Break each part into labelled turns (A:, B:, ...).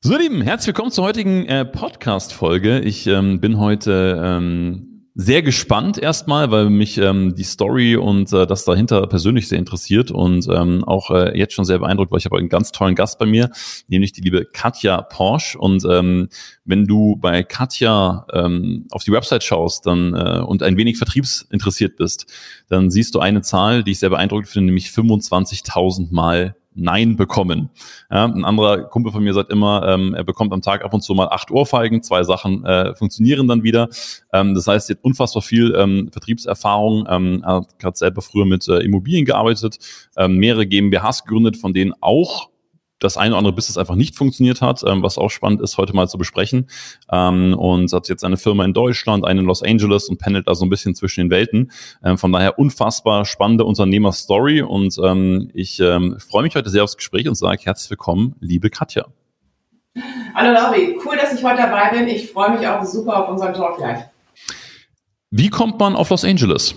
A: So, ihr Lieben, herzlich willkommen zur heutigen Podcast-Folge. Ich bin heute sehr gespannt erstmal, weil mich die Story und das dahinter persönlich sehr interessiert und auch jetzt schon sehr beeindruckt, weil ich habe einen ganz tollen Gast bei mir, nämlich die liebe Katja Porsch. Und wenn du bei Katja auf die Website schaust dann und ein wenig vertriebsinteressiert bist, dann siehst du eine Zahl, die ich sehr beeindruckend finde, nämlich 25.000 Mal Nein bekommen. Ja, ein anderer Kumpel von mir sagt immer, er bekommt am Tag ab und zu mal 8 Ohrfeigen, 2 Sachen funktionieren dann wieder. Das heißt, er hat unfassbar viel Vertriebserfahrung, hat selber früher mit Immobilien gearbeitet, mehrere GmbHs gegründet, von denen auch das eine oder andere Business einfach nicht funktioniert hat, was auch spannend ist, heute mal zu besprechen. Und hat jetzt eine Firma in Deutschland, eine in Los Angeles und pendelt da so ein bisschen zwischen den Welten. Von daher unfassbar spannende Unternehmerstory. Und ich freue mich heute sehr aufs Gespräch und sage herzlich willkommen, liebe Katja.
B: Hallo Lauri, cool, dass ich heute dabei bin. Ich freue mich auch super auf unseren Talk gleich.
A: Wie kommt man auf Los Angeles?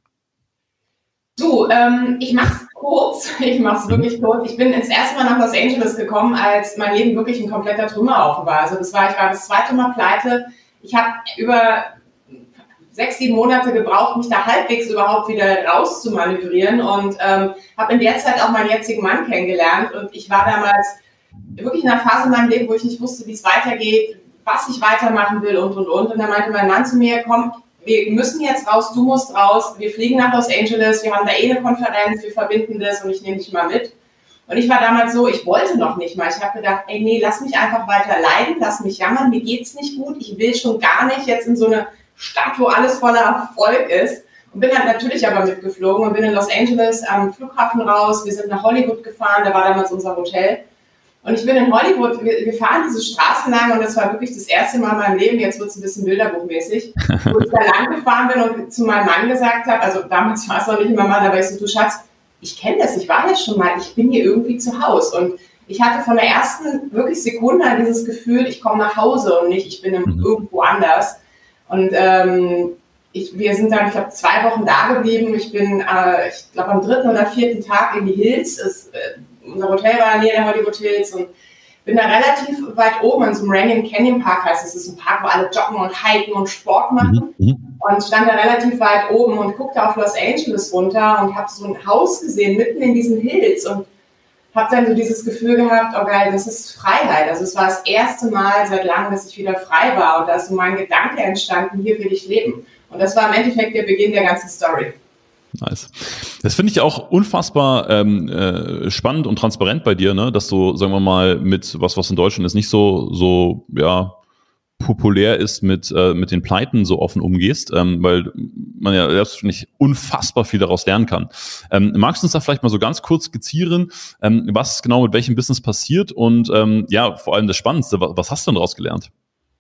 B: Du, ich mach's kurz. Ich mach's wirklich kurz. Ich bin ins erste Mal nach Los Angeles gekommen, als mein Leben wirklich ein kompletter Trümmerhaufen war. Also ich war das zweite Mal pleite. Ich habe über 6-7 Monate gebraucht, mich da halbwegs überhaupt wieder rauszumanövrieren und habe in der Zeit auch meinen jetzigen Mann kennengelernt. Und ich war damals wirklich in einer Phase in meinem Leben, wo ich nicht wusste, wie es weitergeht, was ich weitermachen will und. Und dann meinte mein Mann zu mir, komm, wir müssen jetzt raus, du musst raus, wir fliegen nach Los Angeles, wir haben da eine Konferenz, wir verbinden das und ich nehme dich mal mit. Und ich war damals so, ich wollte noch nicht mal. Ich habe gedacht, ey, nee, lass mich einfach weiter leiden, lass mich jammern, mir geht's nicht gut, ich will schon gar nicht jetzt in so eine Stadt, wo alles voller Erfolg ist. Und bin halt natürlich aber mitgeflogen und bin in Los Angeles am Flughafen raus, wir sind nach Hollywood gefahren, da war damals unser Hotel. Und ich bin in Hollywood, wir fahren diese Straßen lang und das war wirklich das erste Mal in meinem Leben, jetzt wird es ein bisschen bilderbuchmäßig, wo ich da lang gefahren bin und zu meinem Mann gesagt habe, also damals war es noch nicht mein Mann, aber ich so, du Schatz, ich kenne das, ich war ja schon mal, ich bin hier irgendwie zu Hause. Und ich hatte von der ersten wirklich Sekunde an dieses Gefühl, ich komme nach Hause und nicht, ich bin irgendwo anders. Und wir sind dann, ich glaube, 2 Wochen da geblieben. Ich bin, ich glaube, am 3. oder 4. Tag in die Hills. Unser Hotel war in der Nähe der Hollywood Hills und bin da relativ weit oben in so einem Runyon Canyon Park, heißt es, ist ein Park, wo alle joggen und hiken und Sport machen. Und stand da relativ weit oben und guckte auf Los Angeles runter und habe so ein Haus gesehen, mitten in diesen Hills und habe dann so dieses Gefühl gehabt, oh geil, das ist Freiheit. Also es war das erste Mal seit langem, dass ich wieder frei war und da ist so mein Gedanke entstanden, hier will ich leben. Und das war im Endeffekt der Beginn der ganzen Story.
A: Nice. Das finde ich auch unfassbar spannend und transparent bei dir, ne? Dass du, sagen wir mal, mit was in Deutschland ist, nicht so populär ist, mit den Pleiten so offen umgehst, weil man ja selbstverständlich unfassbar viel daraus lernen kann. Magst du uns da vielleicht mal so ganz kurz skizzieren, was genau mit welchem Business passiert und vor allem das Spannendste, was hast du denn daraus gelernt?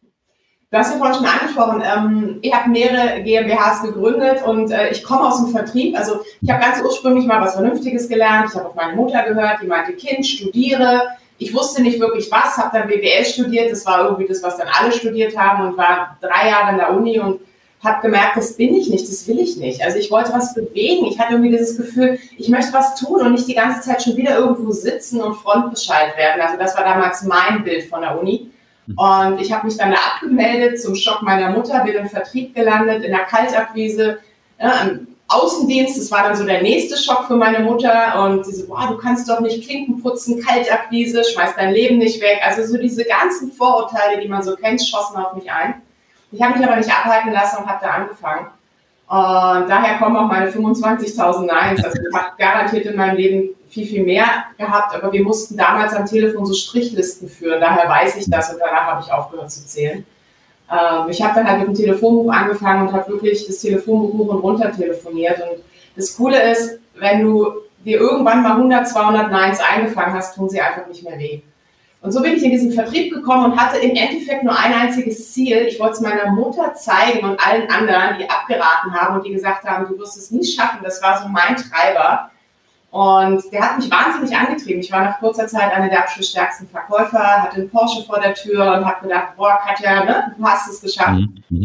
B: Du hast ja vorhin schon angesprochen, ich habe mehrere GmbHs gegründet und ich komme aus dem Vertrieb. Also ich habe ganz ursprünglich mal was Vernünftiges gelernt. Ich habe auf meine Mutter gehört, die meinte, Kind, studiere. Ich wusste nicht wirklich was, habe dann BWL studiert. Das war irgendwie das, was dann alle studiert haben und war 3 Jahre in der Uni und habe gemerkt, das bin ich nicht, das will ich nicht. Also ich wollte was bewegen. Ich hatte irgendwie dieses Gefühl, ich möchte was tun und nicht die ganze Zeit schon wieder irgendwo sitzen und Frontbescheid werden. Also das war damals mein Bild von der Uni. Und ich habe mich dann da abgemeldet zum Schock meiner Mutter, bin im Vertrieb gelandet, in der Kaltakquise, im Außendienst. Das war dann so der nächste Schock für meine Mutter. Und sie so, boah, du kannst doch nicht Klinken putzen, Kaltakquise, schmeiß dein Leben nicht weg. Also so diese ganzen Vorurteile, die man so kennt, schossen auf mich ein. Ich habe mich aber nicht abhalten lassen und habe da angefangen. Und daher kommen auch meine 25.000 Neins. Also ich habe garantiert in meinem Leben viel mehr gehabt, aber wir mussten damals am Telefon so Strichlisten führen. Daher weiß ich das und danach habe ich aufgehört zu zählen. Ich habe dann halt mit dem Telefonbuch angefangen und habe wirklich das Telefonbuch hoch und runter telefoniert. Und das Coole ist, wenn du dir irgendwann mal 100, 200 Neins eingefangen hast, tun sie einfach nicht mehr weh. Und so bin ich in diesen Vertrieb gekommen und hatte im Endeffekt nur ein einziges Ziel. Ich wollte es meiner Mutter zeigen und allen anderen, die abgeraten haben und die gesagt haben, du wirst es nie schaffen. Das war so mein Treiber. Und der hat mich wahnsinnig angetrieben. Ich war nach kurzer Zeit einer der abschlussstärksten Verkäufer, hatte einen Porsche vor der Tür und habe gedacht, boah, Katja, ne, du hast es geschafft.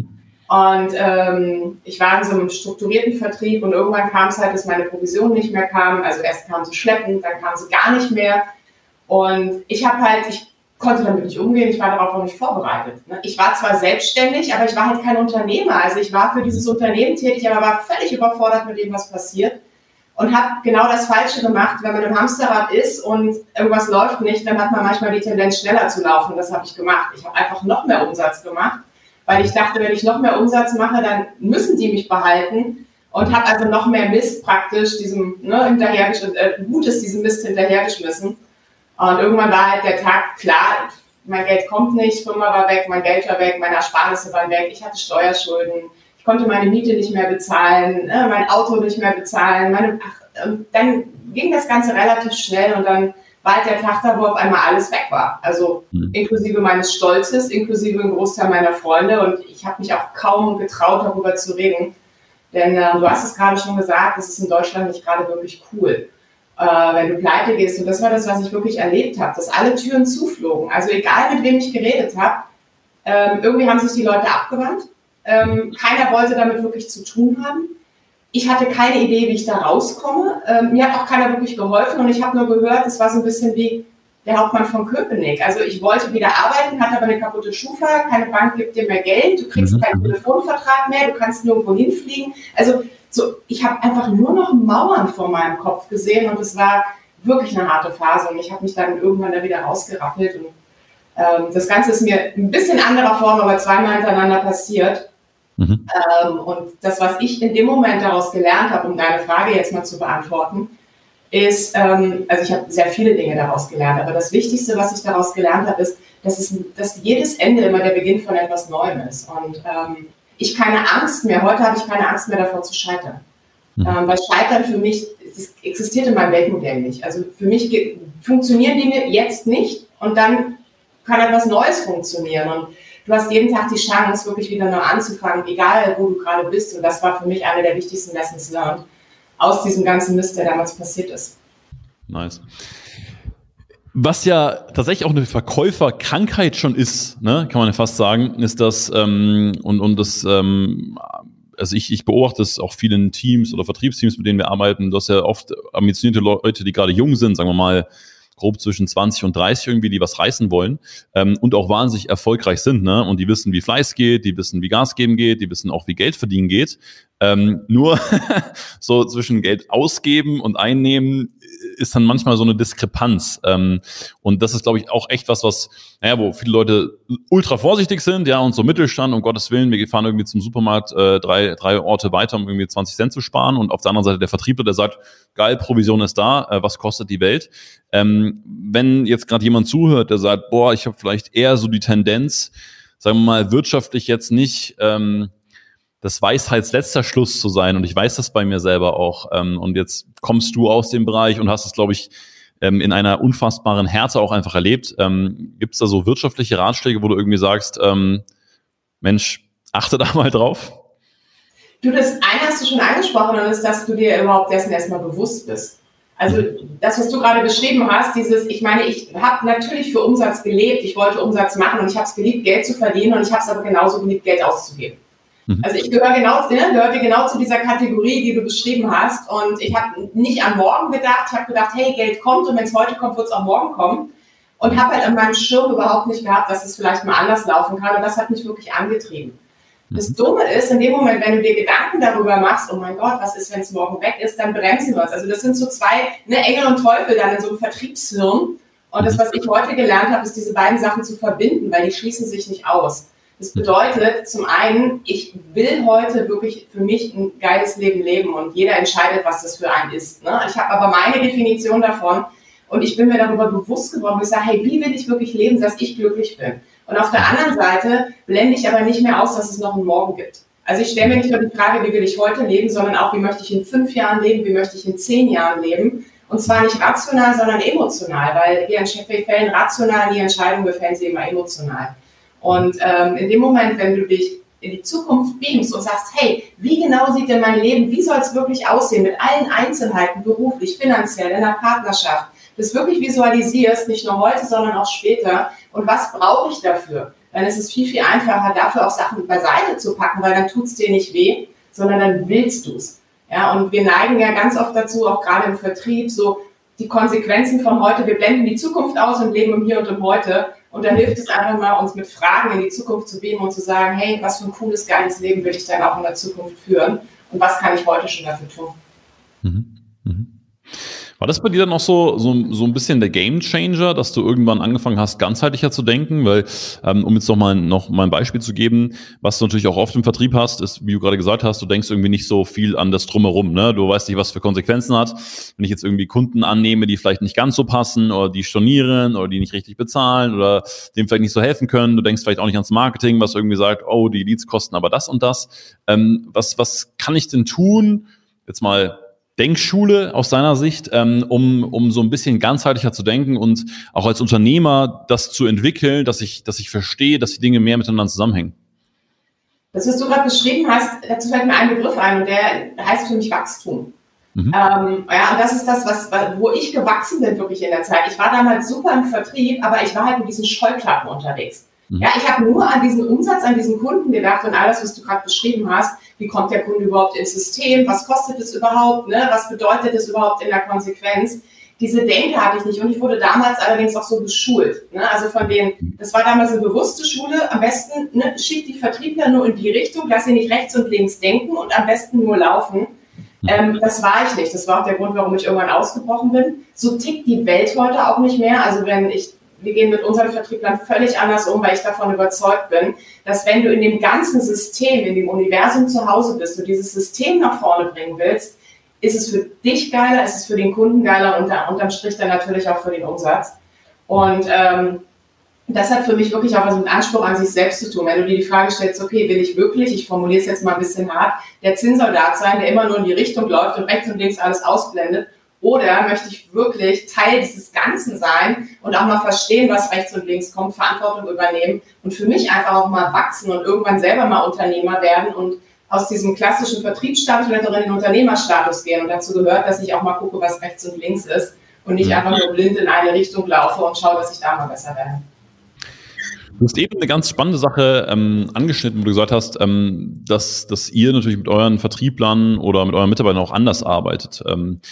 B: Und ich war in so einem strukturierten Vertrieb und irgendwann kam es halt, dass meine Provision nicht mehr kam. Also erst kam sie schleppend, dann kam sie gar nicht mehr. Und ich konnte damit nicht umgehen, ich war darauf auch nicht vorbereitet. Ne? Ich war zwar selbstständig, aber ich war halt kein Unternehmer. Also ich war für dieses Unternehmen tätig, aber war völlig überfordert mit dem, was passiert. Und habe genau das Falsche gemacht. Wenn man im Hamsterrad ist und irgendwas läuft nicht, dann hat man manchmal die Tendenz, schneller zu laufen. Das habe ich gemacht. Ich habe einfach noch mehr Umsatz gemacht, weil ich dachte, wenn ich noch mehr Umsatz mache, dann müssen die mich behalten. Und habe also noch mehr Mist praktisch diesem Gutes diesem Mist hinterhergeschmissen. Und irgendwann war halt der Tag klar, mein Geld kommt nicht, Firma war weg, mein Geld war weg, meine Ersparnisse waren weg, ich hatte Steuerschulden. Ich konnte meine Miete nicht mehr bezahlen, mein Auto nicht mehr bezahlen. Dann ging das Ganze relativ schnell und dann war halt der Tag da, wo auf einmal alles weg war. Also inklusive meines Stolzes, inklusive ein Großteil meiner Freunde. Und ich habe mich auch kaum getraut, darüber zu reden. Denn du hast es gerade schon gesagt, es ist in Deutschland nicht gerade wirklich cool, wenn du pleite gehst. Und das war das, was ich wirklich erlebt habe, dass alle Türen zuflogen. Also egal, mit wem ich geredet habe, irgendwie haben sich die Leute abgewandt. Keiner wollte damit wirklich zu tun haben. Ich hatte keine Idee, wie ich da rauskomme. Mir hat auch keiner wirklich geholfen und ich habe nur gehört, es war so ein bisschen wie der Hauptmann von Köpenick. Also ich wollte wieder arbeiten, hatte aber eine kaputte Schufa, keine Bank gibt dir mehr Geld, du kriegst keinen Telefonvertrag mehr, du kannst nirgendwo hinfliegen. Also ich habe einfach nur noch Mauern vor meinem Kopf gesehen und es war wirklich eine harte Phase und ich habe mich dann irgendwann da wieder rausgerappelt und das Ganze ist mir ein bisschen in anderer Form, aber zweimal hintereinander passiert. Und das, was ich in dem Moment daraus gelernt habe, um deine Frage jetzt mal zu beantworten, ist, also ich habe sehr viele Dinge daraus gelernt, aber das Wichtigste, was ich daraus gelernt habe, ist, dass jedes Ende immer der Beginn von etwas Neuem ist. Und ich keine Angst mehr, heute habe ich keine Angst mehr davor zu scheitern. Weil Scheitern für mich, es existiert in meinem Weltmodell nicht. Also für mich funktionieren Dinge jetzt nicht und dann kann etwas Neues funktionieren. Und du hast jeden Tag die Chance, wirklich wieder neu anzufangen, egal wo du gerade bist. Und das war für mich eine der wichtigsten Lessons learned aus diesem ganzen Mist, der damals passiert ist.
A: Nice. Was ja tatsächlich auch eine Verkäuferkrankheit schon ist, ne, kann man ja fast sagen, ist das, also ich beobachte es auch vielen Teams oder Vertriebsteams, mit denen wir arbeiten, dass ja oft ambitionierte Leute, die gerade jung sind, sagen wir mal, grob zwischen 20 und 30 irgendwie, die was reißen wollen und auch wahnsinnig erfolgreich sind, ne? Und die wissen, wie Fleiß geht, die wissen, wie Gas geben geht, die wissen auch, wie Geld verdienen geht. Nur so zwischen Geld ausgeben und einnehmen ist dann manchmal so eine Diskrepanz. Und das ist, glaube ich, auch echt was, wo viele Leute ultra vorsichtig sind, ja, und so Mittelstand, um Gottes Willen, wir fahren irgendwie zum Supermarkt 3 Orte weiter, um irgendwie 20 Cent zu sparen. Und auf der anderen Seite der Vertriebler, der sagt, geil, Provision ist da, was kostet die Welt? Wenn jetzt gerade jemand zuhört, der sagt, boah, ich habe vielleicht eher so die Tendenz, sagen wir mal, wirtschaftlich jetzt nicht das Weisheitsletzter Schluss zu sein. Und ich weiß das bei mir selber auch. Und jetzt kommst du aus dem Bereich und hast es, glaube ich, in einer unfassbaren Härte auch einfach erlebt. Gibt es da so wirtschaftliche Ratschläge, wo du irgendwie sagst, Mensch, achte da mal drauf?
B: Du, das eine hast du schon angesprochen, und das ist, dass du dir überhaupt dessen erstmal bewusst bist. Also das, was du gerade beschrieben hast, ich habe natürlich für Umsatz gelebt, ich wollte Umsatz machen und ich habe es geliebt, Geld zu verdienen und ich habe es aber genauso geliebt, Geld auszugeben. Also ich gehörte genau zu dieser Kategorie, die du beschrieben hast, und ich habe nicht an morgen gedacht, ich habe gedacht, hey, Geld kommt und wenn es heute kommt, wird es auch morgen kommen, und habe halt an meinem Schirm überhaupt nicht gehabt, dass es vielleicht mal anders laufen kann, und das hat mich wirklich angetrieben. Das Dumme ist, in dem Moment, wenn du dir Gedanken darüber machst, oh mein Gott, was ist, wenn es morgen weg ist, dann bremsen wir uns. Also das sind so zwei, Engel und Teufel dann in so einem Vertriebshirn. Und das, was ich heute gelernt habe, ist, diese beiden Sachen zu verbinden, weil die schließen sich nicht aus. Das bedeutet, zum einen, ich will heute wirklich für mich ein geiles Leben leben und jeder entscheidet, was das für einen ist. Ne? Ich habe aber meine Definition davon und ich bin mir darüber bewusst geworden, und ich sage, hey, wie will ich wirklich leben, dass ich glücklich bin? Und auf der anderen Seite blende ich aber nicht mehr aus, dass es noch einen Morgen gibt. Also ich stelle mir nicht nur die Frage, wie will ich heute leben, sondern auch, wie möchte ich in 5 Jahren leben, wie möchte ich in 10 Jahren leben. Und zwar nicht rational, sondern emotional, weil wir fällen rational die Entscheidung, wir fällen sie immer emotional. Und in dem Moment, wenn du dich in die Zukunft beamst und sagst, hey, wie genau sieht denn mein Leben, wie soll es wirklich aussehen, mit allen Einzelheiten, beruflich, finanziell, in der Partnerschaft, das wirklich visualisierst, nicht nur heute, sondern auch später, und was brauche ich dafür? Dann ist es viel, viel einfacher, dafür auch Sachen beiseite zu packen, weil dann tut es dir nicht weh, sondern dann willst du es. Ja, und wir neigen ja ganz oft dazu, auch gerade im Vertrieb, so die Konsequenzen von heute, wir blenden die Zukunft aus und leben im Hier und im Heute. Und da hilft es einfach mal, uns mit Fragen in die Zukunft zu beamen und zu sagen, hey, was für ein cooles, geiles Leben will ich dann auch in der Zukunft führen und was kann ich heute schon dafür tun?
A: Mhm. Mhm. War das bei dir dann auch so ein bisschen der Gamechanger, dass du irgendwann angefangen hast, ganzheitlicher zu denken? Weil, um jetzt noch mal ein Beispiel zu geben, was du natürlich auch oft im Vertrieb hast, ist, wie du gerade gesagt hast, du denkst irgendwie nicht so viel an das Drumherum, ne? Du weißt nicht, was für Konsequenzen hat. Wenn ich jetzt irgendwie Kunden annehme, die vielleicht nicht ganz so passen oder die stornieren oder die nicht richtig bezahlen oder dem vielleicht nicht so helfen können, du denkst vielleicht auch nicht ans Marketing, was irgendwie sagt, oh, die Leads kosten aber das und das. Was kann ich denn tun? Jetzt mal Denkschule aus deiner Sicht, um so ein bisschen ganzheitlicher zu denken und auch als Unternehmer das zu entwickeln, dass ich verstehe, dass die Dinge mehr miteinander zusammenhängen?
B: Das, was du gerade beschrieben hast, dazu fällt mir ein Begriff ein und der heißt für mich Wachstum. Und das ist das, wo ich gewachsen bin wirklich in der Zeit. Ich war damals super im Vertrieb, aber ich war halt mit diesen Scheuklappen unterwegs. Ja, ich habe nur an diesen Umsatz, an diesen Kunden gedacht und alles, was du gerade beschrieben hast. Wie kommt der Kunde überhaupt ins System? Was kostet es überhaupt? Ne? Was bedeutet es überhaupt in der Konsequenz? Diese Denke hatte ich nicht und ich wurde damals allerdings auch so geschult. Ne? Also das war damals eine bewusste Schule. Am besten schickt die Vertriebler nur in die Richtung, lass sie nicht rechts und links denken und am besten nur laufen. Das war ich nicht. Das war auch der Grund, warum ich irgendwann ausgebrochen bin. So tickt die Welt heute auch nicht mehr. Also wir gehen mit unseren Vertrieblern völlig anders um, weil ich davon überzeugt bin, dass wenn du in dem ganzen System, in dem Universum zu Hause bist und dieses System nach vorne bringen willst, ist es für dich geiler, ist es für den Kunden geiler und unterm Strich dann natürlich auch für den Umsatz. Und das hat für mich wirklich auch was mit Anspruch an sich selbst zu tun. Wenn du dir die Frage stellst, okay, will ich wirklich, ich formuliere es jetzt mal ein bisschen hart, der Zinnsoldat sein, der immer nur in die Richtung läuft und rechts und links alles ausblendet, oder möchte ich wirklich Teil dieses Ganzen sein und auch mal verstehen, was rechts und links kommt, Verantwortung übernehmen und für mich einfach auch mal wachsen und irgendwann selber mal Unternehmer werden und aus diesem klassischen Vertriebsstatus vielleicht auch in den Unternehmerstatus gehen. Und dazu gehört, dass ich auch mal gucke, was rechts und links ist und nicht einfach nur blind in eine Richtung laufe und schaue, dass ich da mal besser werde.
A: Du hast eben eine ganz spannende Sache angeschnitten, wo du gesagt hast, dass ihr natürlich mit euren Vertrieblern oder mit euren Mitarbeitern auch anders arbeitet.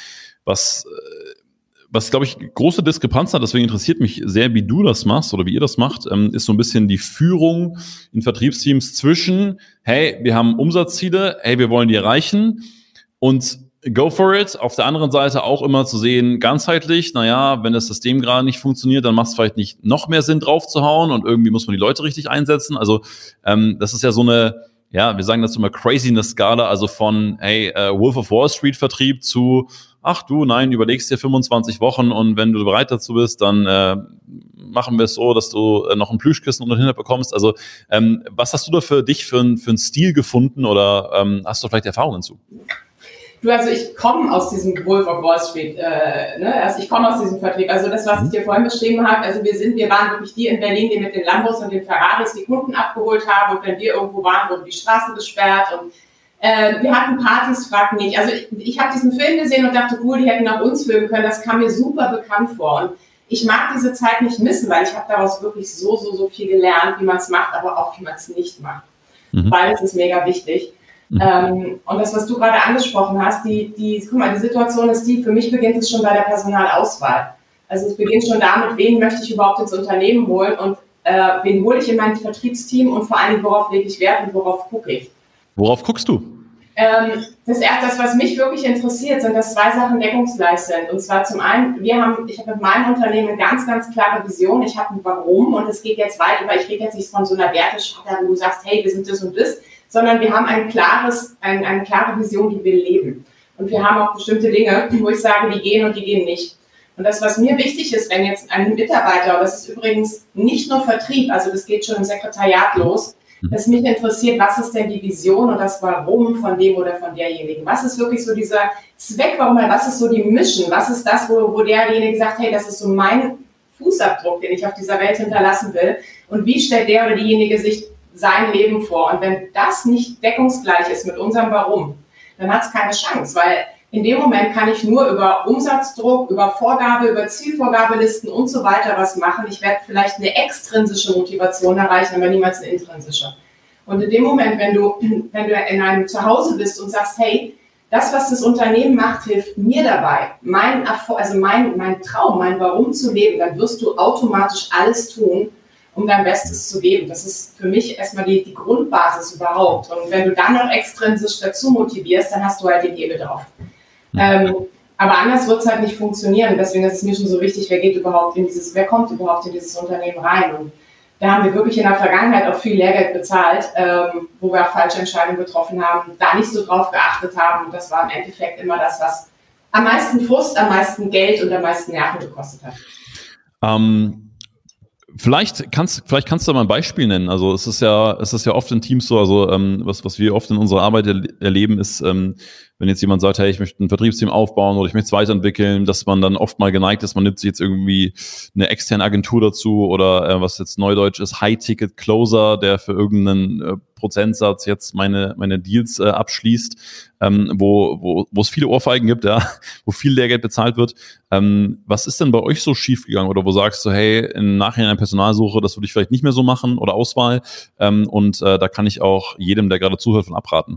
A: Was glaube ich, große Diskrepanz hat, deswegen interessiert mich sehr, wie du das machst oder wie ihr das macht, ist so ein bisschen die Führung in Vertriebsteams zwischen, hey, wir haben Umsatzziele, hey, wir wollen die erreichen und go for it. Auf der anderen Seite auch immer zu sehen, ganzheitlich, naja, wenn das System gerade nicht funktioniert, dann macht es vielleicht nicht noch mehr Sinn, drauf zu hauen und irgendwie muss man die Leute richtig einsetzen. Also das ist ja so eine, ja, wir sagen das immer Craziness-Skala, also von, hey, Wolf of Wall Street Vertrieb zu, ach du, nein, überlegst dir 25 Wochen und wenn du bereit dazu bist, dann machen wir es so, dass du noch ein Plüschkissen unter den Hintern bekommst. Also was hast du da für dich für einen Stil gefunden oder hast du vielleicht Erfahrungen zu?
B: Du, also ich komme aus diesem Wolf of Wall Street, also ich komme aus diesem Vertrieb. Also das, was ich dir vorhin beschrieben habe, also wir waren wirklich die in Berlin, die mit den Lambos und den Ferraris die Kunden abgeholt haben und wenn wir irgendwo waren, wurden die Straßen gesperrt und wir hatten Partys, frag nicht. Also ich habe diesen Film gesehen und dachte, cool, die hätten auch uns filmen können. Das kam mir super bekannt vor. Und ich mag diese Zeit nicht missen, weil ich habe daraus wirklich so viel gelernt, wie man es macht, aber auch wie man es nicht macht. Beides ist mega wichtig. Und das, was du gerade angesprochen hast, guck mal, die Situation ist für mich beginnt es schon bei der Personalauswahl. Also es beginnt schon damit, wen möchte ich überhaupt ins Unternehmen holen und wen hole ich in mein Vertriebsteam und vor allem, worauf lege ich Wert und worauf gucke ich.
A: Worauf guckst du?
B: Das, was mich wirklich interessiert, sind, dass zwei Sachen deckungsgleich sind. Und zwar zum einen, ich habe mit meinem Unternehmen eine ganz, ganz klare Vision. Ich habe ein Warum und es geht jetzt weiter, weil ich rede jetzt nicht von so einer Werteschacke, wo du sagst, hey, wir sind das und das, sondern wir haben eine klare Vision, die wir leben. Und wir haben auch bestimmte Dinge, wo ich sage, die gehen und die gehen nicht. Und das, was mir wichtig ist, wenn jetzt ein Mitarbeiter, und das ist übrigens nicht nur Vertrieb, also das geht schon im Sekretariat los, dass mich interessiert, was ist denn die Vision und das Warum von dem oder von derjenigen? Was ist wirklich so dieser Zweck, was ist so die Mission? Was ist das, wo derjenige sagt, hey, das ist so mein Fußabdruck, den ich auf dieser Welt hinterlassen will? Und wie stellt der oder diejenige sich sein Leben vor? Und wenn das nicht deckungsgleich ist mit unserem Warum, dann hat es keine Chance, weil in dem Moment kann ich nur über Umsatzdruck, über Vorgabe, über Zielvorgabelisten und so weiter was machen. Ich werde vielleicht eine extrinsische Motivation erreichen, aber niemals eine intrinsische. Und in dem Moment, wenn du in einem Zuhause bist und sagst, hey, das, was das Unternehmen macht, hilft mir dabei, mein Traum, mein Warum zu leben, dann wirst du automatisch alles tun, um dein Bestes zu geben. Das ist für mich erstmal die Grundbasis überhaupt. Und wenn du dann noch extrinsisch dazu motivierst, dann hast du halt den Hebel drauf. Aber anders wird es halt nicht funktionieren. Deswegen ist es mir schon so wichtig, wer kommt überhaupt in dieses Unternehmen rein. Und da haben wir wirklich in der Vergangenheit auch viel Lehrgeld bezahlt, wo wir auch falsche Entscheidungen getroffen haben, da nicht so drauf geachtet haben. Und das war im Endeffekt immer das, was am meisten Frust, am meisten Geld und am meisten Nerven gekostet hat.
A: Vielleicht kannst du mal ein Beispiel nennen. Also es ist ja oft in Teams so, also was wir oft in unserer Arbeit erleben, ist, wenn jetzt jemand sagt, hey, ich möchte ein Vertriebsteam aufbauen oder ich möchte es weiterentwickeln, dass man dann oft mal geneigt ist, man nimmt sich jetzt irgendwie eine externe Agentur dazu oder was jetzt neudeutsch ist, High-Ticket-Closer, der für irgendeinen Prozentsatz jetzt meine Deals abschließt, wo es viele Ohrfeigen gibt, ja, wo viel Lehrgeld bezahlt wird. Was ist denn bei euch so schiefgegangen oder wo sagst du, hey, im Nachhinein Personalsuche, das würde ich vielleicht nicht mehr so machen oder Auswahl und da kann ich auch jedem, der gerade zuhört, von abraten?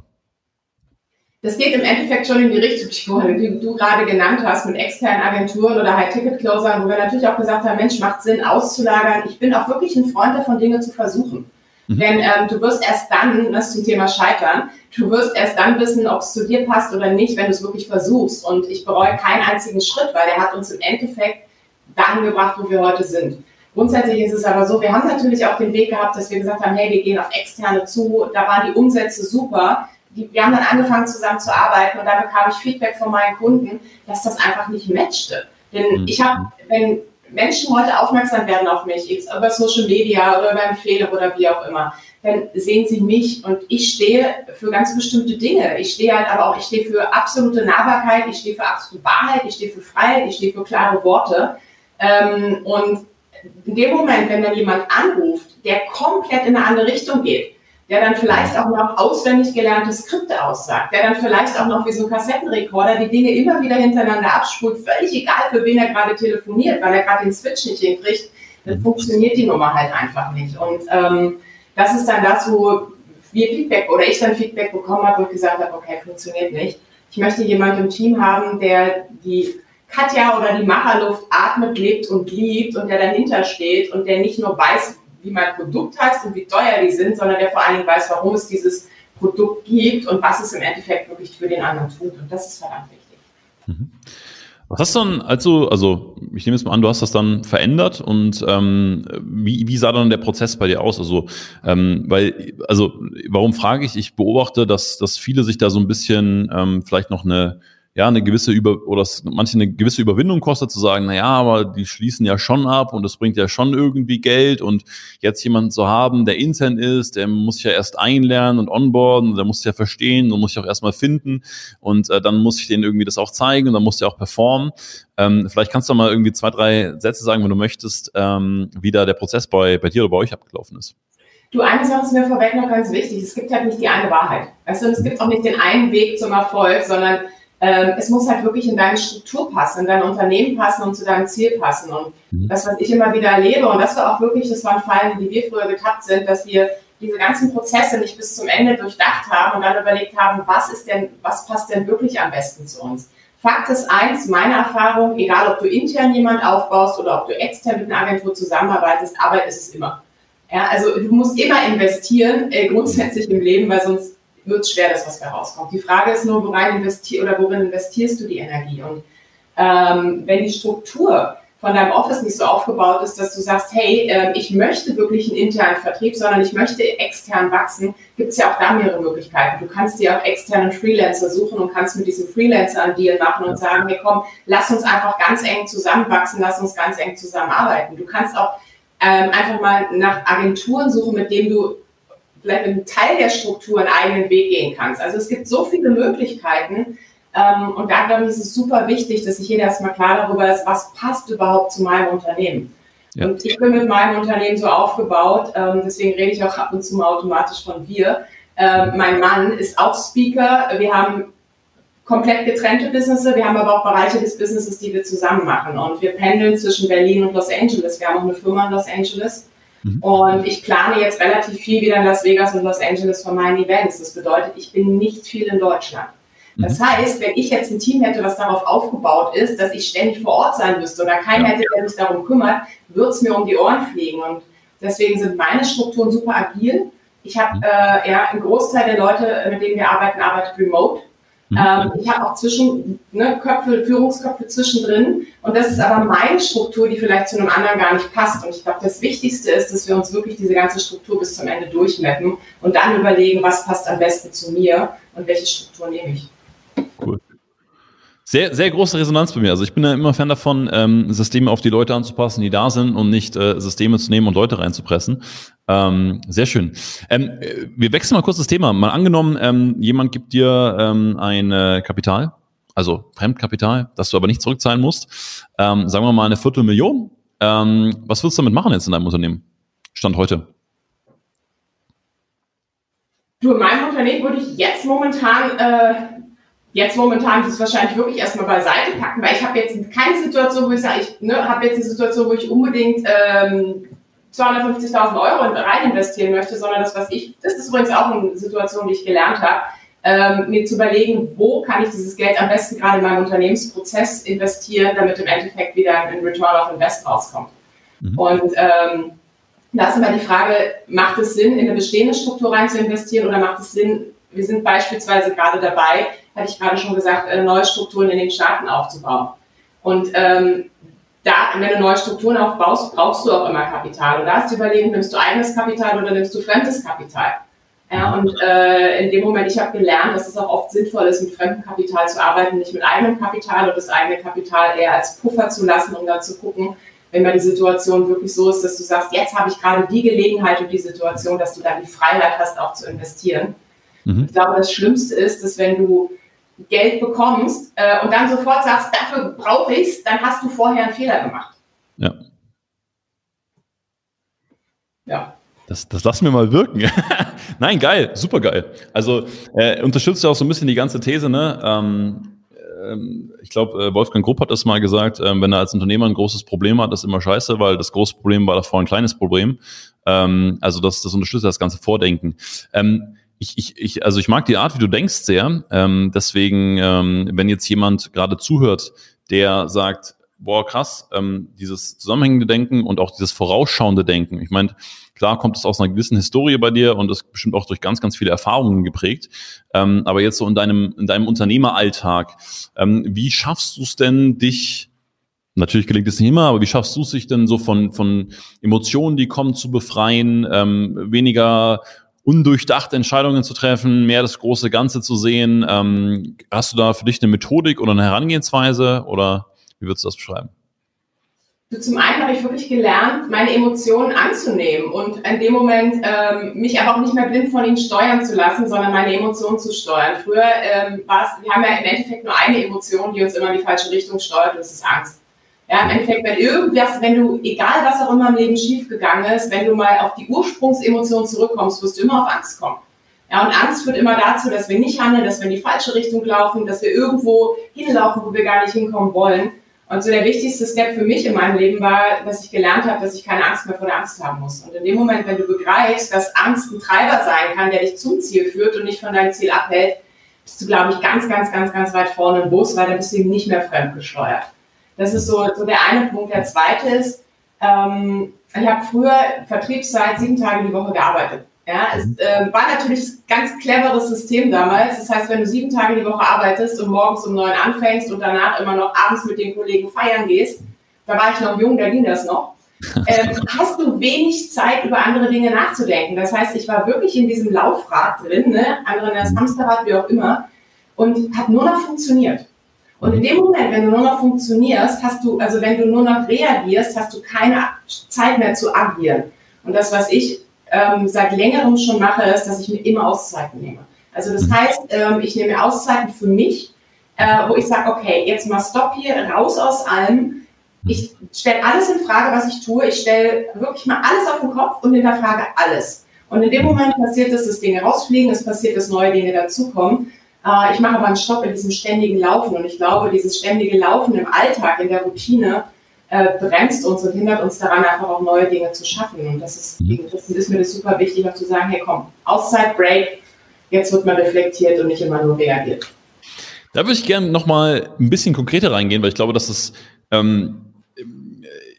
B: Das geht im Endeffekt schon in die Richtung, die du gerade genannt hast, mit externen Agenturen oder High-Ticket-Closern, wo wir natürlich auch gesagt haben, Mensch, macht Sinn auszulagern. Ich bin auch wirklich ein Freund davon, Dinge zu versuchen. Denn du wirst erst dann, das zum Thema Scheitern, du wirst erst dann wissen, ob es zu dir passt oder nicht, wenn du es wirklich versuchst. Und ich bereue keinen einzigen Schritt, weil der hat uns im Endeffekt dahin gebracht, wo wir heute sind. Grundsätzlich ist es aber so, wir haben natürlich auch den Weg gehabt, dass wir gesagt haben, hey, wir gehen auf Externe zu, da waren die Umsätze super. Wir haben dann angefangen zusammen zu arbeiten und da bekam ich Feedback von meinen Kunden, dass das einfach nicht matchte. Denn wenn Menschen heute aufmerksam werden auf mich, über Social Media oder über Empfehlung oder wie auch immer, dann sehen sie mich und ich stehe für ganz bestimmte Dinge. Ich stehe für absolute Nahbarkeit, ich stehe für absolute Wahrheit, ich stehe für Freiheit, ich stehe für klare Worte. Und in dem Moment, wenn dann jemand anruft, der komplett in eine andere Richtung geht, der dann vielleicht auch noch auswendig gelernte Skripte aussagt, der dann vielleicht auch noch wie so ein Kassettenrekorder die Dinge immer wieder hintereinander abspult, völlig egal, für wen er gerade telefoniert, weil er gerade den Switch nicht hinkriegt, dann funktioniert die Nummer halt einfach nicht. Und das ist dann das, wo ich dann Feedback bekommen habe, wo ich gesagt habe, okay, funktioniert nicht. Ich möchte jemanden im Team haben, der die Katja oder die Macherluft atmet, lebt und liebt und der dahinter steht und der nicht nur weiß, wie mein Produkt heißt und wie teuer die sind, sondern der vor allen Dingen weiß, warum es dieses Produkt gibt und was es im Endeffekt wirklich für den anderen tut. Und das ist verdammt wichtig.
A: Was hast du dann, also ich nehme es mal an, du hast das dann verändert und wie sah dann der Prozess bei dir aus? Warum frage ich? Ich beobachte, dass viele sich da so ein bisschen vielleicht noch eine gewisse manche eine gewisse Überwindung kostet, zu sagen, aber die schließen ja schon ab und es bringt ja schon irgendwie Geld und jetzt jemanden zu haben, der intern ist, der muss sich ja erst einlernen und onboarden, der muss sich ja verstehen und muss sich auch erstmal finden und dann muss ich denen irgendwie das auch zeigen und dann muss der auch performen. Vielleicht kannst du mal irgendwie 2, 3 Sätze sagen, wenn du möchtest, wie da der Prozess bei dir oder bei euch abgelaufen ist.
B: Du, eine Sache ist mir vorweg noch ganz wichtig, es gibt halt nicht die eine Wahrheit. Weißt du, es gibt auch nicht den einen Weg zum Erfolg, sondern es muss halt wirklich in deine Struktur passen, in dein Unternehmen passen und zu deinem Ziel passen. Und das, was ich immer wieder erlebe, und das war auch wirklich, das waren Fallen, die wir früher getappt sind, dass wir diese ganzen Prozesse nicht bis zum Ende durchdacht haben und dann überlegt haben, was passt denn wirklich am besten zu uns. Fakt ist eins, meine Erfahrung, egal ob du intern jemand aufbaust oder ob du extern mit einer Agentur zusammenarbeitest, Arbeit ist es immer. Ja, also du musst immer investieren, grundsätzlich im Leben, weil sonst wird es schwer, dass was da rauskommt. Die Frage ist nur, worin investierst du die Energie? Und wenn die Struktur von deinem Office nicht so aufgebaut ist, dass du sagst, hey, ich möchte wirklich einen internen Vertrieb, sondern ich möchte extern wachsen, gibt es ja auch da mehrere Möglichkeiten. Du kannst dir auch externen Freelancer suchen und kannst mit diesem Freelancer einen Deal machen und sagen, hey komm, lass uns einfach ganz eng zusammenwachsen, lass uns ganz eng zusammenarbeiten. Du kannst auch einfach mal nach Agenturen suchen, mit denen du vielleicht mit einem Teil der Struktur einen eigenen Weg gehen kannst. Also es gibt so viele Möglichkeiten und da, glaube ich, ist es super wichtig, dass sich jeder erstmal klar darüber ist, was passt überhaupt zu meinem Unternehmen. Ja. Und ich bin mit meinem Unternehmen so aufgebaut, deswegen rede ich auch ab und zu mal automatisch von wir. Mein Mann ist auch Speaker, wir haben komplett getrennte Businesses, wir haben aber auch Bereiche des Businesses, die wir zusammen machen und wir pendeln zwischen Berlin und Los Angeles. Wir haben auch eine Firma in Los Angeles. Und ich plane jetzt relativ viel wieder in Las Vegas und Los Angeles für meine Events. Das bedeutet, ich bin nicht viel in Deutschland. Das heißt, wenn ich jetzt ein Team hätte, was darauf aufgebaut ist, dass ich ständig vor Ort sein müsste oder keiner hätte, der sich darum kümmert, würde es mir um die Ohren fliegen. Und Deswegen sind meine Strukturen super agil. Ich habe einen Großteil der Leute, mit denen wir arbeiten, arbeitet remote. Ich habe auch Führungsköpfe zwischendrin. Und das ist aber meine Struktur, die vielleicht zu einem anderen gar nicht passt. Und ich glaube, das Wichtigste ist, dass wir uns wirklich diese ganze Struktur bis zum Ende durchmappen und dann überlegen, was passt am besten zu mir und welche Struktur nehme ich.
A: Cool. Sehr, sehr große Resonanz bei mir. Also ich bin ja immer Fan davon, Systeme auf die Leute anzupassen, die da sind und nicht Systeme zu nehmen und Leute reinzupressen. Sehr schön. Wir wechseln mal kurz das Thema. Mal angenommen, jemand gibt dir ein Kapital, also Fremdkapital, das du aber nicht zurückzahlen musst. Sagen wir mal 250.000. Was willst du damit machen jetzt in deinem Unternehmen? Stand heute.
B: Du, in meinem Unternehmen würde ich jetzt momentan das wahrscheinlich wirklich erstmal beiseite packen, weil ich habe jetzt keine Situation, wo ich sage, ich habe jetzt eine Situation, wo ich unbedingt 250.000 € rein investieren möchte, sondern das ist übrigens auch eine Situation, die ich gelernt habe, mir zu überlegen, wo kann ich dieses Geld am besten gerade in meinem Unternehmensprozess investieren, damit im Endeffekt wieder ein Return of Invest rauskommt. Und da ist immer die Frage, macht es Sinn, in eine bestehende Struktur rein zu investieren oder macht es Sinn, wir sind beispielsweise gerade dabei, hatte ich gerade schon gesagt, neue Strukturen in den Staaten aufzubauen. Und wenn du neue Strukturen aufbaust, brauchst du auch immer Kapital. Und da ist die Überlegung, nimmst du eigenes Kapital oder nimmst du fremdes Kapital? Ja, und in dem Moment, ich habe gelernt, dass es auch oft sinnvoll ist, mit fremdem Kapital zu arbeiten, nicht mit eigenem Kapital und das eigene Kapital eher als Puffer zu lassen, um dann zu gucken, wenn mal die Situation wirklich so ist, dass du sagst, jetzt habe ich gerade die Gelegenheit und die Situation, dass du dann die Freiheit hast, auch zu investieren. Ich glaube, das Schlimmste ist, dass wenn du Geld bekommst und dann sofort sagst, dafür brauche ich es, dann hast du vorher einen Fehler gemacht.
A: Ja.
B: Ja.
A: Das lassen wir mal wirken. Nein, geil, super geil. Also unterstützt ja auch so ein bisschen die ganze These, ne? Ich glaube, Wolfgang Grupp hat das mal gesagt, wenn er als Unternehmer ein großes Problem hat, ist immer scheiße, weil das große Problem war davor ein kleines Problem. Also das unterstützt das ganze Vordenken. Ich mag die Art, wie du denkst, sehr. Deswegen, wenn jetzt jemand gerade zuhört, der sagt, boah, krass, dieses zusammenhängende Denken und auch dieses vorausschauende Denken. Ich meine, klar kommt es aus einer gewissen Historie bei dir und ist bestimmt auch durch ganz, ganz viele Erfahrungen geprägt. Aber jetzt so in deinem Unternehmeralltag, wie schaffst du es denn, dich, natürlich gelingt es nicht immer, aber wie schaffst du es dich denn so von Emotionen, die kommen, zu befreien, weniger undurchdachte Entscheidungen zu treffen, mehr das große Ganze zu sehen? Hast du da für dich eine Methodik oder eine Herangehensweise oder wie würdest du das beschreiben?
B: Zum einen habe ich wirklich gelernt, meine Emotionen anzunehmen und in dem Moment mich aber auch nicht mehr blind von ihnen steuern zu lassen, sondern meine Emotionen zu steuern. Früher wir haben ja im Endeffekt nur eine Emotion, die uns immer in die falsche Richtung steuert, und das ist Angst. Ja, im Endeffekt, egal was auch immer im Leben schiefgegangen ist, wenn du mal auf die Ursprungsemotion zurückkommst, wirst du immer auf Angst kommen. Ja, und Angst führt immer dazu, dass wir nicht handeln, dass wir in die falsche Richtung laufen, dass wir irgendwo hinlaufen, wo wir gar nicht hinkommen wollen. Und so der wichtigste Step für mich in meinem Leben war, dass ich gelernt habe, dass ich keine Angst mehr vor der Angst haben muss. Und in dem Moment, wenn du begreifst, dass Angst ein Treiber sein kann, der dich zum Ziel führt und nicht von deinem Ziel abhält, bist du, glaube ich, ganz, ganz, ganz, ganz weit vorne im Bus, weil da bist du eben nicht mehr fremdgesteuert. Das ist so der eine Punkt. Der zweite ist, ich habe früher Vertriebszeit 7 Tage die Woche gearbeitet. Ja, es war natürlich ein ganz cleveres System damals. Das heißt, wenn du 7 Tage die Woche arbeitest und morgens um 9 anfängst und danach immer noch abends mit den Kollegen feiern gehst, da war ich noch jung, da ging das noch, hast du wenig Zeit, über andere Dinge nachzudenken. Das heißt, ich war wirklich in diesem Laufrad drin, ne? Andere nennen das Hamsterrad, wie auch immer, und hat nur noch funktioniert. Und in dem Moment, wenn du nur noch funktionierst, wenn du nur noch reagierst, hast du keine Zeit mehr zu agieren. Und das, was ich seit längerem schon mache, ist, dass ich mir immer Auszeiten nehme. Also das heißt, ich nehme Auszeiten für mich, wo ich sage, okay, jetzt mal Stopp hier, raus aus allem. Ich stelle alles in Frage, was ich tue. Ich stelle wirklich mal alles auf den Kopf und hinterfrage alles. Und in dem Moment passiert es, dass Dinge rausfliegen, es passiert, dass neue Dinge dazukommen. Ich mache aber einen Stopp in diesem ständigen Laufen. Und ich glaube, dieses ständige Laufen im Alltag, in der Routine, bremst uns und hindert uns daran, einfach auch neue Dinge zu schaffen. Und das ist mir das super wichtig, auch zu sagen, hey komm, Auszeit, Break, jetzt wird man reflektiert und nicht immer nur reagiert.
A: Da würde ich gerne nochmal ein bisschen konkreter reingehen, weil ich glaube, dass es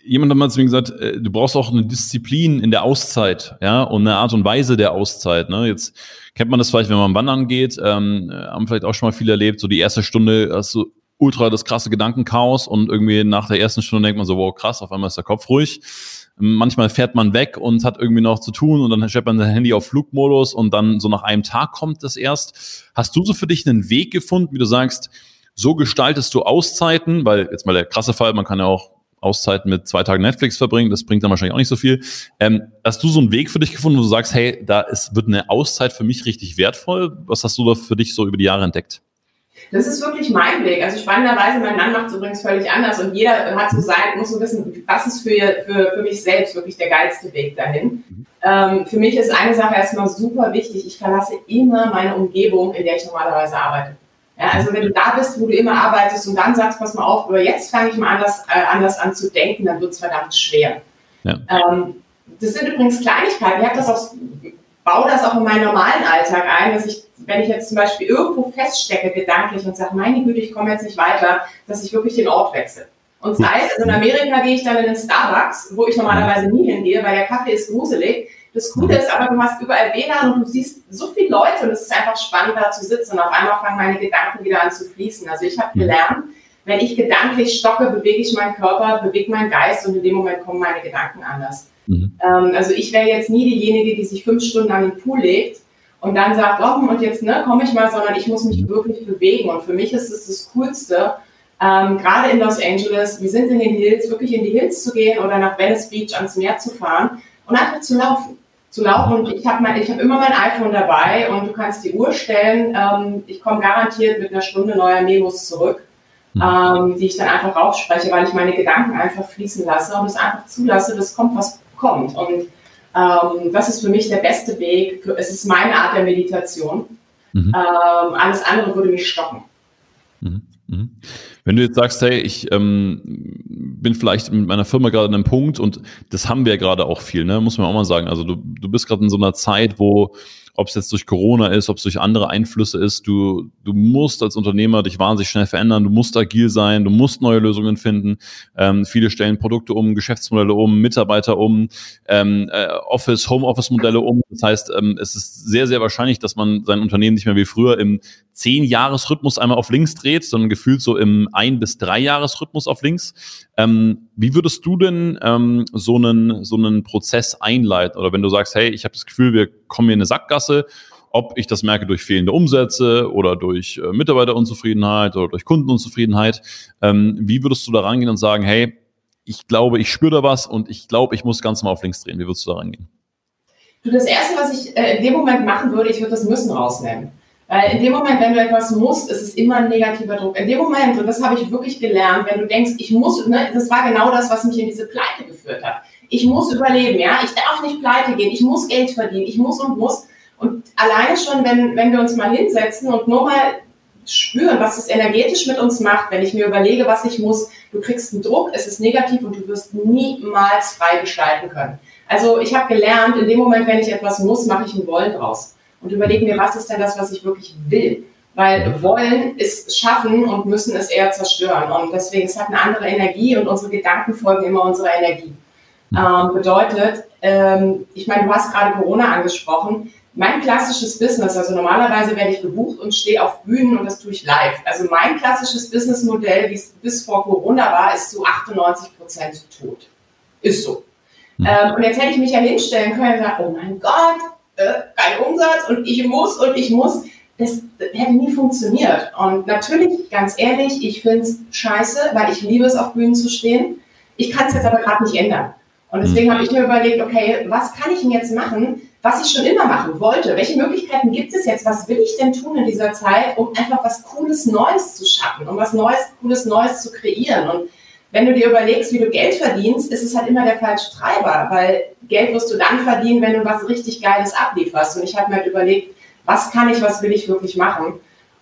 A: jemand hat mal zu mir gesagt, du brauchst auch eine Disziplin in der Auszeit, ja, und eine Art und Weise der Auszeit, ne? Jetzt kennt man das vielleicht, wenn man wandern geht, haben vielleicht auch schon mal viel erlebt, so die erste Stunde hast du ultra das krasse Gedankenchaos und irgendwie nach der ersten Stunde denkt man so, wow, krass, auf einmal ist der Kopf ruhig. Manchmal fährt man weg und hat irgendwie noch zu tun und dann stellt man sein Handy auf Flugmodus und dann so nach einem Tag kommt das erst. Hast du so für dich einen Weg gefunden, wie du sagst, so gestaltest du Auszeiten, weil jetzt mal der krasse Fall, man kann ja auch Auszeiten mit 2 Tagen Netflix verbringen, das bringt dann wahrscheinlich auch nicht so viel. Hast du so einen Weg für dich gefunden, wo du sagst, hey, wird eine Auszeit für mich richtig wertvoll? Was hast du da für dich so über die Jahre entdeckt?
B: Das ist wirklich mein Weg. Also spannenderweise, mein Mann macht es übrigens völlig anders und jeder hat so muss so wissen, was ist für mich selbst wirklich der geilste Weg dahin. Für mich ist eine Sache erstmal super wichtig. Ich verlasse immer meine Umgebung, in der ich normalerweise arbeite. Ja, also wenn du da bist, wo du immer arbeitest und dann sagst, pass mal auf, aber jetzt fange ich mal anders an zu denken, dann wird es verdammt schwer. Ja. Das sind übrigens Kleinigkeiten. Baue das auch in meinen normalen Alltag ein, dass ich, wenn ich jetzt zum Beispiel irgendwo feststecke gedanklich und sage, meine Güte, ich komme jetzt nicht weiter, dass ich wirklich den Ort wechsle. Und sei es, also in Amerika gehe ich dann in den Starbucks, wo ich normalerweise nie hingehe, weil der Kaffee ist gruselig. Das Coole ist aber, du hast überall WLAN und du siehst so viele Leute und es ist einfach spannend, da zu sitzen und auf einmal fangen meine Gedanken wieder an zu fließen. Also ich habe gelernt, wenn ich gedanklich stocke, bewege ich meinen Körper, bewege meinen Geist und in dem Moment kommen meine Gedanken anders. Also ich wäre jetzt nie diejenige, die sich 5 Stunden an den Pool legt und dann sagt, oh, und jetzt komme ich mal, sondern ich muss mich wirklich bewegen. Und für mich ist es das Coolste, gerade in Los Angeles, wir sind in den Hills, wirklich in die Hills zu gehen oder nach Venice Beach ans Meer zu fahren und einfach zu laufen. Und ich hab immer mein iPhone dabei und du kannst die Uhr stellen. Ich komme garantiert mit 1 Stunde neuer Memos zurück, die ich dann einfach rausspreche, weil ich meine Gedanken einfach fließen lasse und es einfach zulasse, dass kommt, was kommt. Und das ist für mich der beste Weg. Es ist meine Art der Meditation. Alles andere würde mich stoppen.
A: Wenn du jetzt sagst, hey, ich bin vielleicht mit meiner Firma gerade an einem Punkt und das haben wir ja gerade auch viel, ne? Muss man auch mal sagen. Also du bist gerade in so einer Zeit, wo, ob es jetzt durch Corona ist, ob es durch andere Einflüsse ist, du musst als Unternehmer dich wahnsinnig schnell verändern, du musst agil sein, du musst neue Lösungen finden. Viele stellen Produkte um, Geschäftsmodelle um, Mitarbeiter um, Homeoffice-Modelle um. Das heißt, es ist sehr, sehr wahrscheinlich, dass man sein Unternehmen nicht mehr wie früher im 10-Jahres-Rhythmus einmal auf links dreht, sondern gefühlt so im 1- bis 3-Jahres-Rhythmus auf links. Wie würdest du denn so einen Prozess einleiten? Oder wenn du sagst, hey, ich habe das Gefühl, wir kommen hier in eine Sackgasse, ob ich das merke durch fehlende Umsätze oder durch Mitarbeiterunzufriedenheit oder durch Kundenunzufriedenheit, wie würdest du da rangehen und sagen, hey, ich glaube, ich spüre da was und ich glaube, ich muss ganz mal auf links drehen. Wie würdest du da rangehen?
B: Das Erste, was ich in dem Moment machen würde, ich würde das Müssen rausnehmen. Weil in dem Moment, wenn du etwas musst, ist es immer ein negativer Druck. In dem Moment, und das habe ich wirklich gelernt, wenn du denkst, ich muss, ne, das war genau das, was mich in diese Pleite geführt hat. Ich muss überleben, ja, ich darf nicht pleite gehen, ich muss Geld verdienen, ich muss und muss. Und alleine schon, wenn wir uns mal hinsetzen und nur mal spüren, was das energetisch mit uns macht, wenn ich mir überlege, was ich muss, du kriegst einen Druck, es ist negativ und du wirst niemals frei gestalten können. Also ich habe gelernt, in dem Moment, wenn ich etwas muss, mache ich ein Wollen draus. Und überlege mir, was ist denn das, was ich wirklich will? Weil wollen ist schaffen und müssen es eher zerstören. Und deswegen, es hat eine andere Energie und unsere Gedanken folgen immer unserer Energie. Bedeutet, ich meine, du hast gerade Corona angesprochen. Mein klassisches Business, also normalerweise werde ich gebucht und stehe auf Bühnen und das tue ich live. Also mein klassisches Businessmodell, wie es bis vor Corona war, ist zu 98% tot. Ist so. Und jetzt hätte ich mich ja hinstellen können und sagen, oh mein Gott, kein Umsatz und ich muss. Das hätte nie funktioniert. Und natürlich, ganz ehrlich, ich finde es scheiße, weil ich liebe es, auf Bühnen zu stehen. Ich kann es jetzt aber gerade nicht ändern. Und deswegen habe ich mir überlegt, okay, was kann ich denn jetzt machen, was ich schon immer machen wollte? Welche Möglichkeiten gibt es jetzt? Was will ich denn tun in dieser Zeit, um einfach was Cooles Neues zu schaffen, um was Cooles Neues zu kreieren? Und wenn du dir überlegst, wie du Geld verdienst, ist es halt immer der falsche Treiber, weil Geld wirst du dann verdienen, wenn du was richtig Geiles ablieferst. Und ich habe mir halt überlegt, was will ich wirklich machen?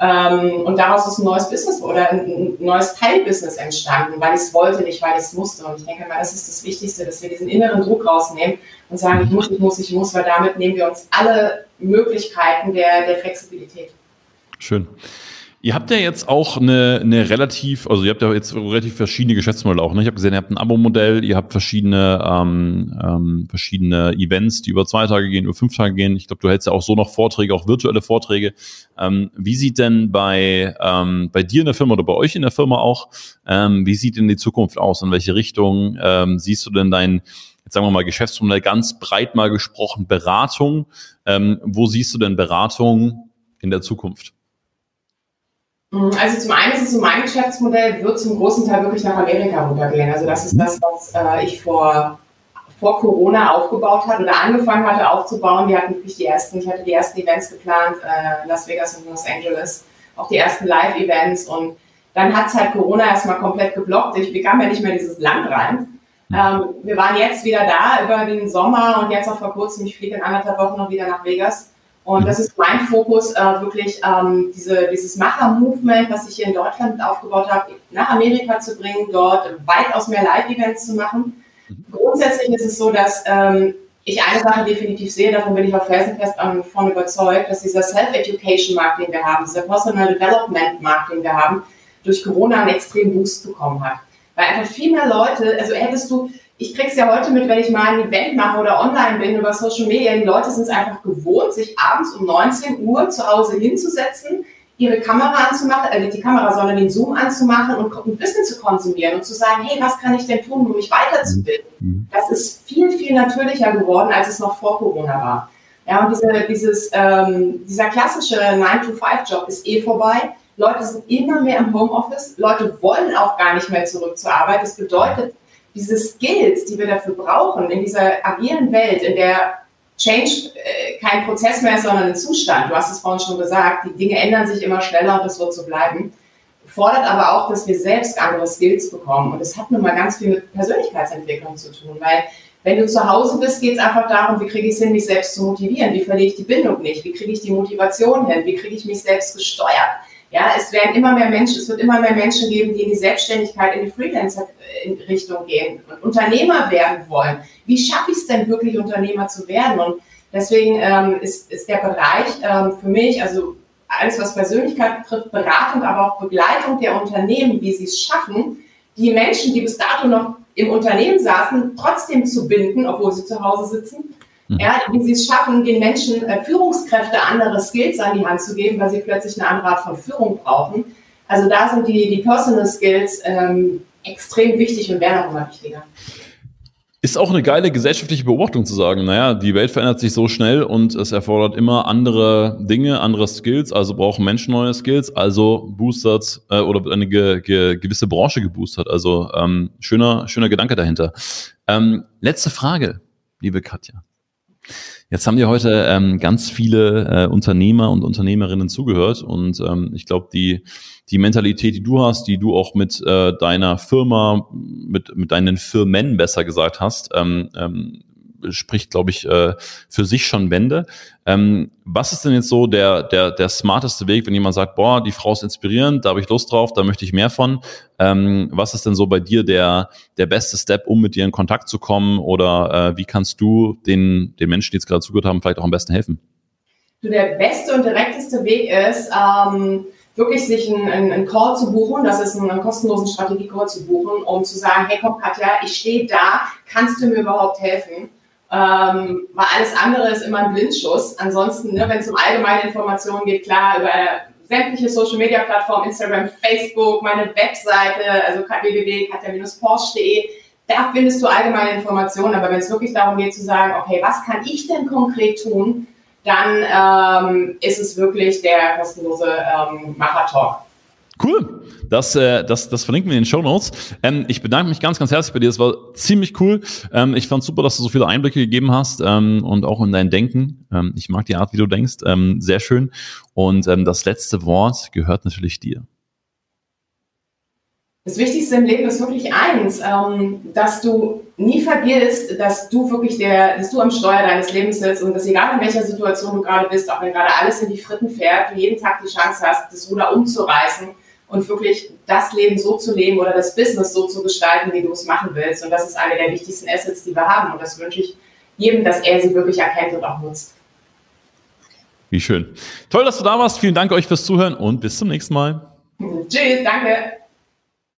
B: Und daraus ist ein neues Business oder ein neues Teilbusiness entstanden, weil ich es wollte, nicht weil ich es musste. Und ich denke mal, das ist das Wichtigste, dass wir diesen inneren Druck rausnehmen und sagen, ich muss, weil damit nehmen wir uns alle Möglichkeiten der Flexibilität.
A: Schön. Ihr habt ja jetzt auch eine relativ, also ihr habt ja jetzt relativ verschiedene Geschäftsmodelle auch, ne? Ich habe gesehen, ihr habt ein Abo-Modell, ihr habt verschiedene Events, die über 2 Tage gehen, über 5 Tage gehen. Ich glaube, du hältst ja auch so noch Vorträge, auch virtuelle Vorträge. Wie sieht denn bei dir in der Firma oder bei euch in der Firma auch, wie sieht denn die Zukunft aus? In welche Richtung siehst du denn jetzt sagen wir mal Geschäftsmodell ganz breit mal gesprochen, Beratung? Wo siehst du denn Beratung in der Zukunft?
B: Also zum einen ist es so, mein Geschäftsmodell wird zum großen Teil wirklich nach Amerika runtergehen. Also das ist das, was ich vor Corona aufgebaut hatte oder angefangen hatte aufzubauen. Ich hatte die ersten Events geplant, Las Vegas und Los Angeles, auch die ersten Live-Events, und dann hat es halt Corona erstmal komplett geblockt. Wir kamen ja nicht mehr in dieses Land rein. Wir waren jetzt wieder da über den Sommer und jetzt auch vor kurzem, ich fliege in 1,5 Wochen noch wieder nach Vegas. Und das ist mein Fokus, wirklich dieses Macher-Movement, was ich hier in Deutschland aufgebaut habe, nach Amerika zu bringen, dort weitaus mehr Live-Events zu machen. Grundsätzlich ist es so, dass ich eine Sache definitiv sehe, davon bin ich auch felsenfest davon überzeugt, dass dieser Self-Education-Markt, den wir haben, dieser Personal Development-Markt, den wir haben, durch Corona einen extremen Boost bekommen hat. Weil einfach viel mehr Leute, also ich krieg's ja heute mit, wenn ich mal ein Event mache oder online bin über Social Media, die Leute sind es einfach gewohnt, sich abends um 19 Uhr zu Hause hinzusetzen, ihre Kamera anzumachen, nicht die Kamera, sondern den Zoom anzumachen und Wissen zu konsumieren und zu sagen, hey, was kann ich denn tun, um mich weiterzubilden? Das ist viel, viel natürlicher geworden, als es noch vor Corona war. Ja, und dieser klassische 9-to-5-Job ist vorbei. Leute sind immer mehr im Homeoffice. Leute wollen auch gar nicht mehr zurück zur Arbeit. Das bedeutet, diese Skills, die wir dafür brauchen, in dieser agilen Welt, in der Change kein Prozess mehr ist, sondern ein Zustand, du hast es vorhin schon gesagt, die Dinge ändern sich immer schneller und das wird so bleiben, fordert aber auch, dass wir selbst andere Skills bekommen. Und das hat nun mal ganz viel mit Persönlichkeitsentwicklung zu tun, weil wenn du zu Hause bist, geht es einfach darum, wie kriege ich es hin, mich selbst zu motivieren, wie verliere ich die Bindung nicht, wie kriege ich die Motivation hin, wie kriege ich mich selbst gesteuert. Ja, es wird immer mehr Menschen geben, die in die Selbstständigkeit, in die Freelancer-Richtung gehen und Unternehmer werden wollen. Wie schaffe ich es denn wirklich, Unternehmer zu werden? Und deswegen ist der Bereich für mich, also alles, was Persönlichkeit betrifft, Beratung, aber auch Begleitung der Unternehmen, wie sie es schaffen, die Menschen, die bis dato noch im Unternehmen saßen, trotzdem zu binden, obwohl sie zu Hause sitzen. Ja, wie sie es schaffen, den Menschen Führungskräfte andere Skills an die Hand zu geben, weil sie plötzlich eine andere Art von Führung brauchen. Also da sind die Personal Skills extrem wichtig und werden auch immer wichtiger.
A: Ist auch eine geile gesellschaftliche Beobachtung zu sagen, naja, die Welt verändert sich so schnell und es erfordert immer andere Dinge, andere Skills, also brauchen Menschen neue Skills, also boostert oder eine gewisse Branche geboostert. Also schöner Gedanke dahinter. Letzte Frage, liebe Katja. Jetzt haben dir heute ganz viele Unternehmer und Unternehmerinnen zugehört und ich glaube, die Mentalität, die du hast, die du auch mit deiner Firma, mit deinen Firmen besser gesagt hast, spricht, glaube ich, für sich schon Bände. Was ist denn jetzt so der smarteste Weg, wenn jemand sagt, boah, die Frau ist inspirierend, da habe ich Lust drauf, da möchte ich mehr von. Was ist denn so bei dir der beste Step, um mit dir in Kontakt zu kommen? Oder wie kannst du den Menschen, die jetzt gerade zugehört haben, vielleicht auch am besten helfen?
B: Der beste und direkteste Weg ist, wirklich sich einen Call zu buchen, das ist einen kostenlosen Strategie-Call zu buchen, um zu sagen, hey komm Katja, ich stehe da, kannst du mir überhaupt helfen? Weil alles andere ist immer ein Blindschuss. Ansonsten, wenn es um allgemeine Informationen geht, klar, über sämtliche Social-Media-Plattformen, Instagram, Facebook, meine Webseite, also www.katja-porsche.de, da findest du allgemeine Informationen. Aber wenn es wirklich darum geht zu sagen, okay, was kann ich denn konkret tun, dann ist es wirklich der kostenlose Macher-Talk.
A: Cool, das verlinken wir in den Shownotes. Ich bedanke mich ganz, ganz herzlich bei dir. Das war ziemlich cool. Ich fand super, dass du so viele Einblicke gegeben hast und auch in dein Denken. Ich mag die Art, wie du denkst. Sehr schön. Und das letzte Wort gehört natürlich dir.
B: Das Wichtigste im Leben ist wirklich eins, dass du nie vergisst, dass du am Steuer deines Lebens sitzt und dass egal in welcher Situation du gerade bist, auch wenn gerade alles in die Fritten fährt, du jeden Tag die Chance hast, das Ruder umzureißen und wirklich das Leben so zu leben oder das Business so zu gestalten, wie du es machen willst. Und das ist eine der wichtigsten Assets, die wir haben. Und das wünsche ich jedem, dass er sie wirklich erkennt und auch nutzt.
A: Wie schön. Toll, dass du da warst. Vielen Dank euch fürs Zuhören und bis zum nächsten Mal.
B: Tschüss, danke.